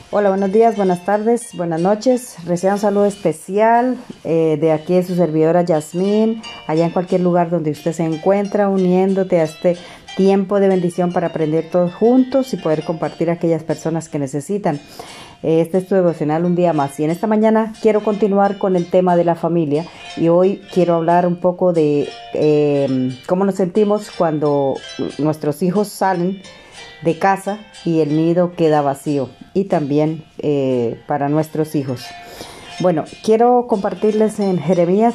Hola, buenos días, buenas tardes, buenas noches. Reciban un saludo especial de aquí de su servidora Yasmín, allá en cualquier lugar donde usted se encuentra, uniéndote a este tiempo de bendición para aprender todos juntos y poder compartir a aquellas personas que necesitan. Este es tu devocional un día más y en esta mañana quiero continuar con el tema de la familia y hoy quiero hablar un poco de cómo nos sentimos cuando nuestros hijos salen de casa y el nido queda vacío y también para nuestros hijos. Bueno, quiero compartirles en Jeremías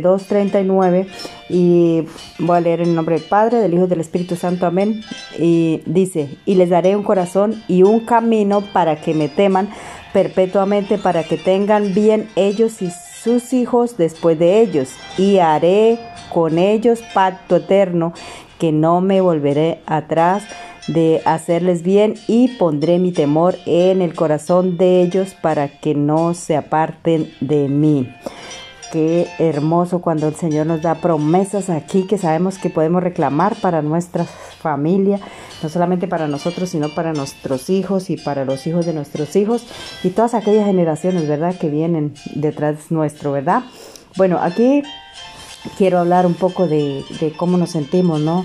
32:39 y voy a leer en el nombre del Padre, del Hijo y del Espíritu Santo, amén. Y dice, y les daré un corazón y un camino para que me teman perpetuamente, para que tengan bien ellos y sus hijos después de ellos, y haré con ellos pacto eterno, que no me volveré atrás de hacerles bien, y pondré mi temor en el corazón de ellos para que no se aparten de mí. Qué hermoso cuando el Señor nos da promesas aquí que sabemos que podemos reclamar para nuestra familia, no solamente para nosotros, sino para nuestros hijos y para los hijos de nuestros hijos y todas aquellas generaciones, ¿verdad?, que vienen detrás nuestro, ¿verdad? Bueno, aquí quiero hablar un poco de cómo nos sentimos, ¿no?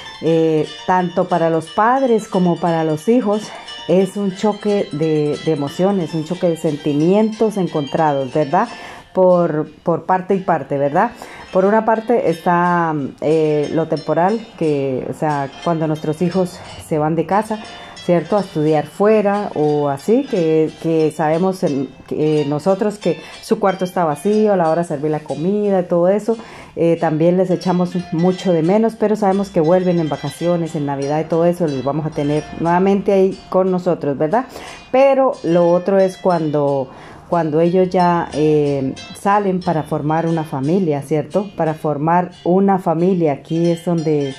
Tanto para los padres como para los hijos es un choque de emociones, un choque de sentimientos encontrados, ¿verdad? Por parte y parte, ¿verdad? Por una parte está lo temporal, que, o sea, cuando nuestros hijos se van de casa, ¿cierto?, a estudiar fuera o así, que sabemos que nosotros que su cuarto está vacío a la hora de servir la comida y todo eso. También les echamos mucho de menos, pero sabemos que vuelven en vacaciones, en Navidad y todo eso, los vamos a tener nuevamente ahí con nosotros, ¿verdad? Pero lo otro es cuando ellos ya salen para formar una familia, ¿cierto? Para formar una familia, aquí es donde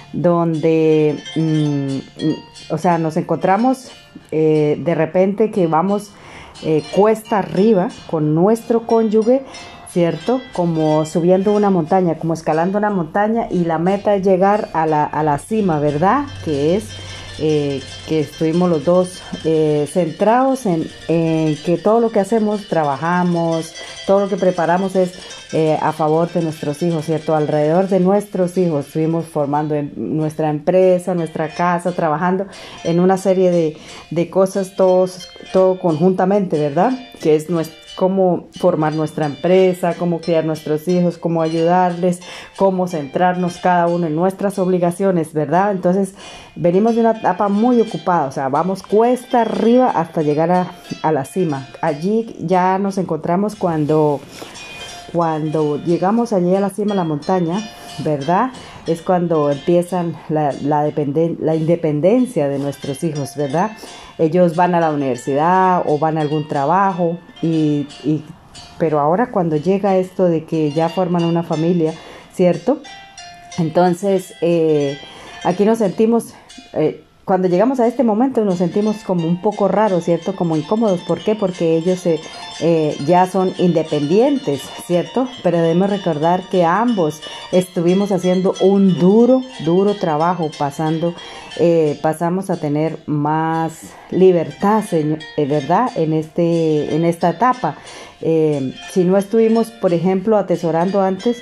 o sea, nos encontramos de repente que vamos cuesta arriba con nuestro cónyuge, ¿cierto? Como subiendo una montaña, como escalando una montaña, y la meta es llegar a la cima, ¿verdad? Que es que estuvimos los dos centrados en que todo lo que hacemos, trabajamos, todo lo que preparamos es a favor de nuestros hijos, ¿cierto? Alrededor de nuestros hijos estuvimos formando nuestra empresa, nuestra casa, trabajando en una serie de cosas, todo conjuntamente, ¿verdad? Que es cómo formar nuestra empresa, cómo criar nuestros hijos, cómo ayudarles, cómo centrarnos cada uno en nuestras obligaciones, ¿verdad? Entonces, venimos de una etapa muy ocupada, o sea, vamos cuesta arriba hasta llegar a la cima. Allí ya nos encontramos cuando llegamos allí a la cima de la montaña, ¿verdad? Es cuando empiezan la independencia de nuestros hijos, ¿verdad? Ellos van a la universidad o van a algún trabajo, pero ahora cuando llega esto de que ya forman una familia, ¿cierto? Entonces, aquí nos sentimos, cuando llegamos a este momento nos sentimos como un poco raros, ¿cierto? Como incómodos. ¿Por qué? Porque ellos ya son independientes, ¿cierto? Pero debemos recordar que ambos estuvimos haciendo un duro trabajo, pasamos a tener más libertad, ¿verdad? En esta etapa. Si no estuvimos, por ejemplo, atesorando antes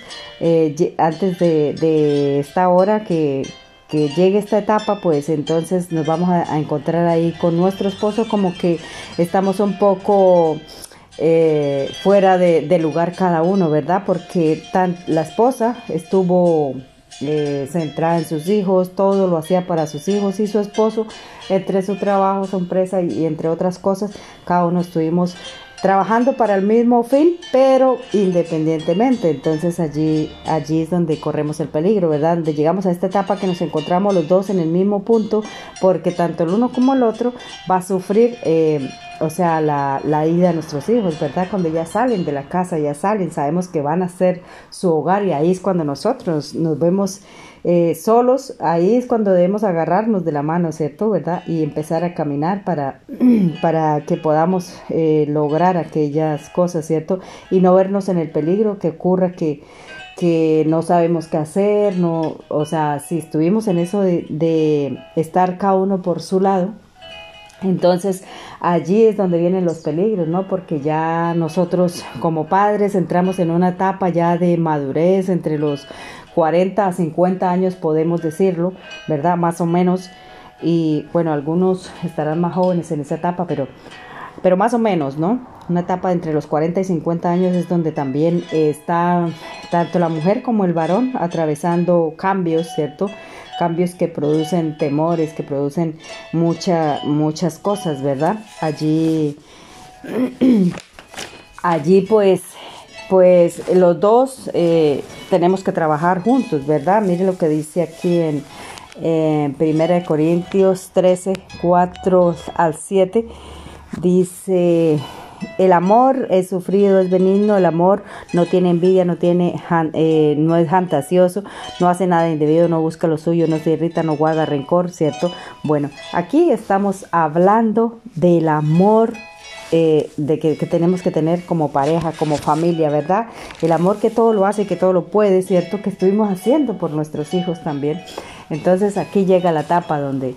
de esta hora que llegue esta etapa, pues entonces nos vamos a encontrar ahí con nuestro esposo como que estamos un poco fuera de lugar cada uno, ¿verdad? Porque la esposa estuvo centrada en sus hijos, todo lo hacía para sus hijos, y su esposo, entre su trabajo, su empresa y entre otras cosas, cada uno estuvimos trabajando para el mismo fin, pero independientemente. Entonces allí es donde corremos el peligro, ¿verdad? Donde llegamos a esta etapa que nos encontramos los dos en el mismo punto, porque tanto el uno como el otro va a sufrir, o sea, la ida de nuestros hijos, ¿verdad? Cuando ya salen de la casa, ya salen, sabemos que van a ser su hogar, y ahí es cuando nosotros nos vemos solos. Ahí es cuando debemos agarrarnos de la mano, ¿cierto? ¿Verdad? Y empezar a caminar para que podamos lograr aquellas cosas, ¿cierto? Y no vernos en el peligro que ocurra que no sabemos qué hacer, no, o sea, si estuvimos en eso de estar cada uno por su lado, Entonces allí es donde vienen los peligros, ¿no? Porque ya nosotros como padres entramos en una etapa ya de madurez, entre los 40 a 50 años podemos decirlo, ¿verdad? Más o menos. Y bueno, algunos estarán más jóvenes en esa etapa, pero más o menos, ¿no? Una etapa entre los 40 y 50 años es donde también está tanto la mujer como el varón atravesando cambios, ¿cierto? Cambios que producen temores, que producen muchas cosas, ¿verdad? Allí pues los dos tenemos que trabajar juntos, ¿verdad? Mire lo que dice aquí en 1 Corintios 13, 4 al 7. Dice: el amor es sufrido, es benigno, el amor no tiene envidia, no es fantasioso, no hace nada indebido, no busca lo suyo, no se irrita, no guarda rencor, ¿cierto? Bueno, aquí estamos hablando del amor que tenemos que tener como pareja, como familia, ¿verdad? El amor que todo lo hace, que todo lo puede, ¿cierto? Que estuvimos haciendo por nuestros hijos también. Entonces aquí llega la etapa donde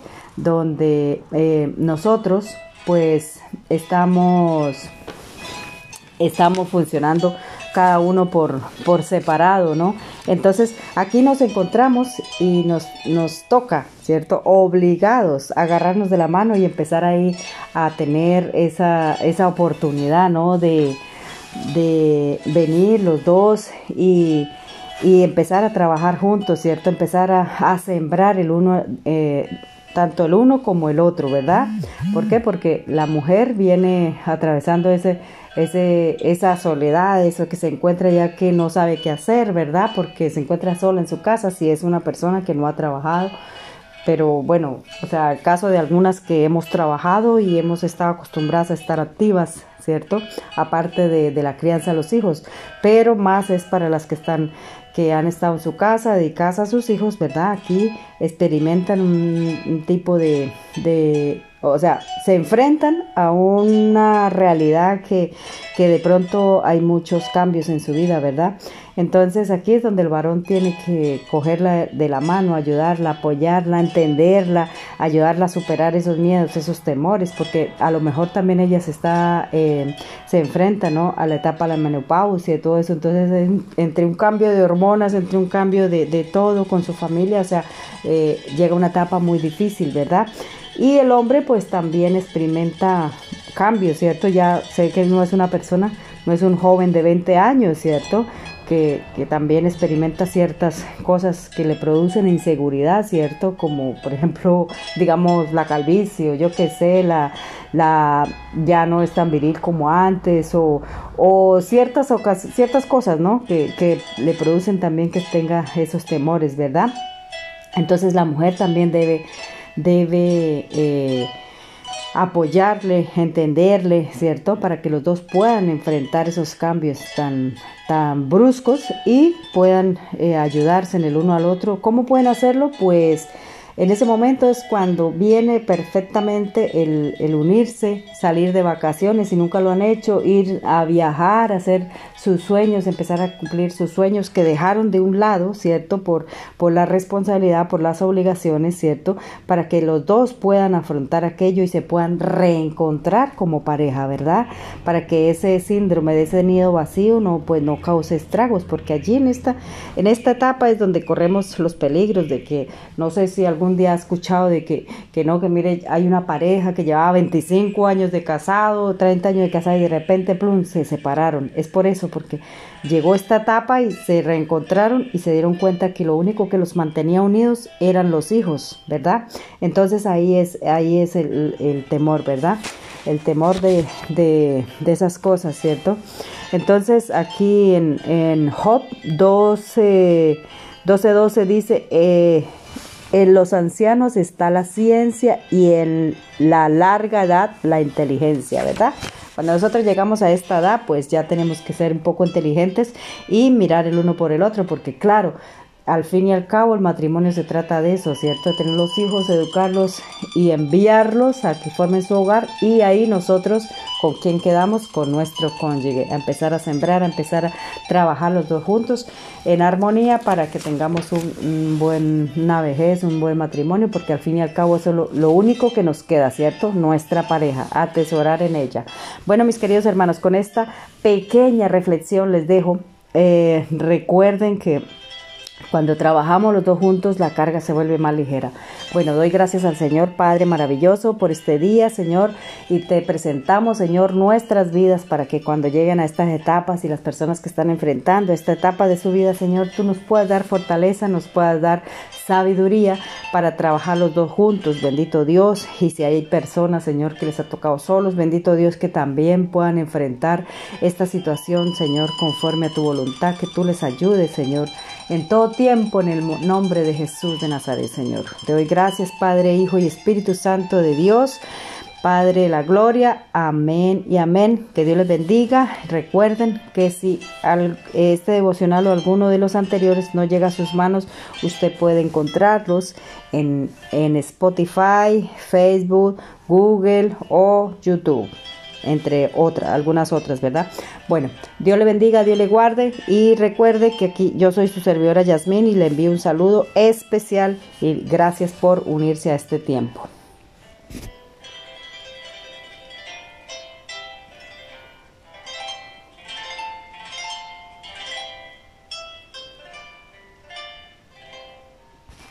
nosotros pues estamos funcionando cada uno por separado, ¿no? Entonces aquí nos encontramos y nos toca, ¿cierto? Obligados a agarrarnos de la mano y empezar ahí a tener esa oportunidad, ¿no? De venir los dos y empezar a trabajar juntos, ¿cierto? Empezar a sembrar el uno, tanto el uno como el otro, ¿verdad? ¿Por qué? Porque la mujer viene atravesando esa soledad, eso que se encuentra ya que no sabe qué hacer, ¿verdad? Porque se encuentra sola en su casa si es una persona que no ha trabajado. Pero bueno, o sea, el caso de algunas que hemos trabajado y hemos estado acostumbradas a estar activas, ¿cierto? Aparte de la crianza de los hijos, pero más es para las que han estado en su casa, dedicadas a sus hijos, ¿verdad? Aquí experimentan un tipo o sea, se enfrentan a una realidad que de pronto hay muchos cambios en su vida, ¿verdad? Entonces aquí es donde el varón tiene que cogerla de la mano, ayudarla, apoyarla, entenderla, ayudarla a superar esos miedos, esos temores, porque a lo mejor también ella se enfrenta, ¿no? A la etapa de la menopausia y todo eso. Entonces entre un cambio de hormonas, entre un cambio de todo con su familia, o sea, llega una etapa muy difícil, ¿verdad? Y el hombre pues también experimenta cambios, ¿cierto? Ya sé que no es una persona, no es un joven de 20 años, ¿cierto? Que también experimenta ciertas cosas que le producen inseguridad, ¿cierto? Como por ejemplo, digamos, la calvicie, o yo qué sé, ya no es tan viril como antes, o ciertas cosas, ¿no? Que le producen también que tenga esos temores, ¿verdad? Entonces la mujer también debe apoyarle, entenderle, ¿cierto? Para que los dos puedan enfrentar esos cambios tan bruscos y puedan ayudarse en el uno al otro. ¿Cómo pueden hacerlo? Pues en ese momento es cuando viene perfectamente el unirse, salir de vacaciones si nunca lo han hecho, ir a viajar, hacer sus sueños, empezar a cumplir sus sueños que dejaron de un lado, ¿cierto? Por la responsabilidad, por las obligaciones, ¿cierto? Para que los dos puedan afrontar aquello y se puedan reencontrar como pareja, ¿verdad? Para que ese síndrome de ese nido vacío no cause estragos, porque allí en esta etapa es donde corremos los peligros de que, no sé si algún día ha escuchado de que mire, hay una pareja que llevaba 25 años de casado, 30 años de casado y de repente, plum, se separaron. Es por eso, porque llegó esta etapa y se reencontraron y se dieron cuenta que lo único que los mantenía unidos eran los hijos, ¿verdad? Entonces ahí es el temor, ¿verdad? El temor de esas cosas, ¿cierto? Entonces aquí en Job 12:12 dice, en los ancianos está la ciencia y en la larga edad la inteligencia, ¿verdad? Cuando nosotros llegamos a esta edad, pues ya tenemos que ser un poco inteligentes y mirar el uno por el otro, porque claro, al fin y al cabo el matrimonio se trata de eso, ¿cierto? De tener los hijos, educarlos y enviarlos a que formen su hogar, y ahí nosotros con quién quedamos, con nuestro cónyuge, a empezar a sembrar, a empezar a trabajar los dos juntos en armonía para que tengamos una vejez, un buen matrimonio, porque al fin y al cabo eso es lo único que nos queda, ¿cierto? Nuestra pareja, atesorar en ella. Bueno, mis queridos hermanos, con esta pequeña reflexión les dejo. Recuerden que cuando trabajamos los dos juntos, la carga se vuelve más ligera. Bueno, doy gracias al Señor Padre maravilloso por este día, Señor, y te presentamos, Señor, nuestras vidas para que cuando lleguen a estas etapas y las personas que están enfrentando esta etapa de su vida, Señor, tú nos puedas dar fortaleza, nos puedas dar sabiduría para trabajar los dos juntos, bendito Dios. Y si hay personas, Señor, que les ha tocado solos, bendito Dios, que también puedan enfrentar esta situación, Señor, conforme a tu voluntad, que tú les ayudes, Señor, en todo tiempo, en el nombre de Jesús de Nazaret, Señor. Te doy gracias, Padre, Hijo y Espíritu Santo de Dios, Padre de la gloria. Amén y amén. Que Dios les bendiga. Recuerden que si este devocional o alguno de los anteriores no llega a sus manos, usted puede encontrarlos en Spotify, Facebook, Google o YouTube, entre algunas otras, ¿verdad? Bueno, Dios le bendiga, Dios le guarde, y recuerde que aquí yo soy su servidora Yasmín y le envío un saludo especial y gracias por unirse a este tiempo.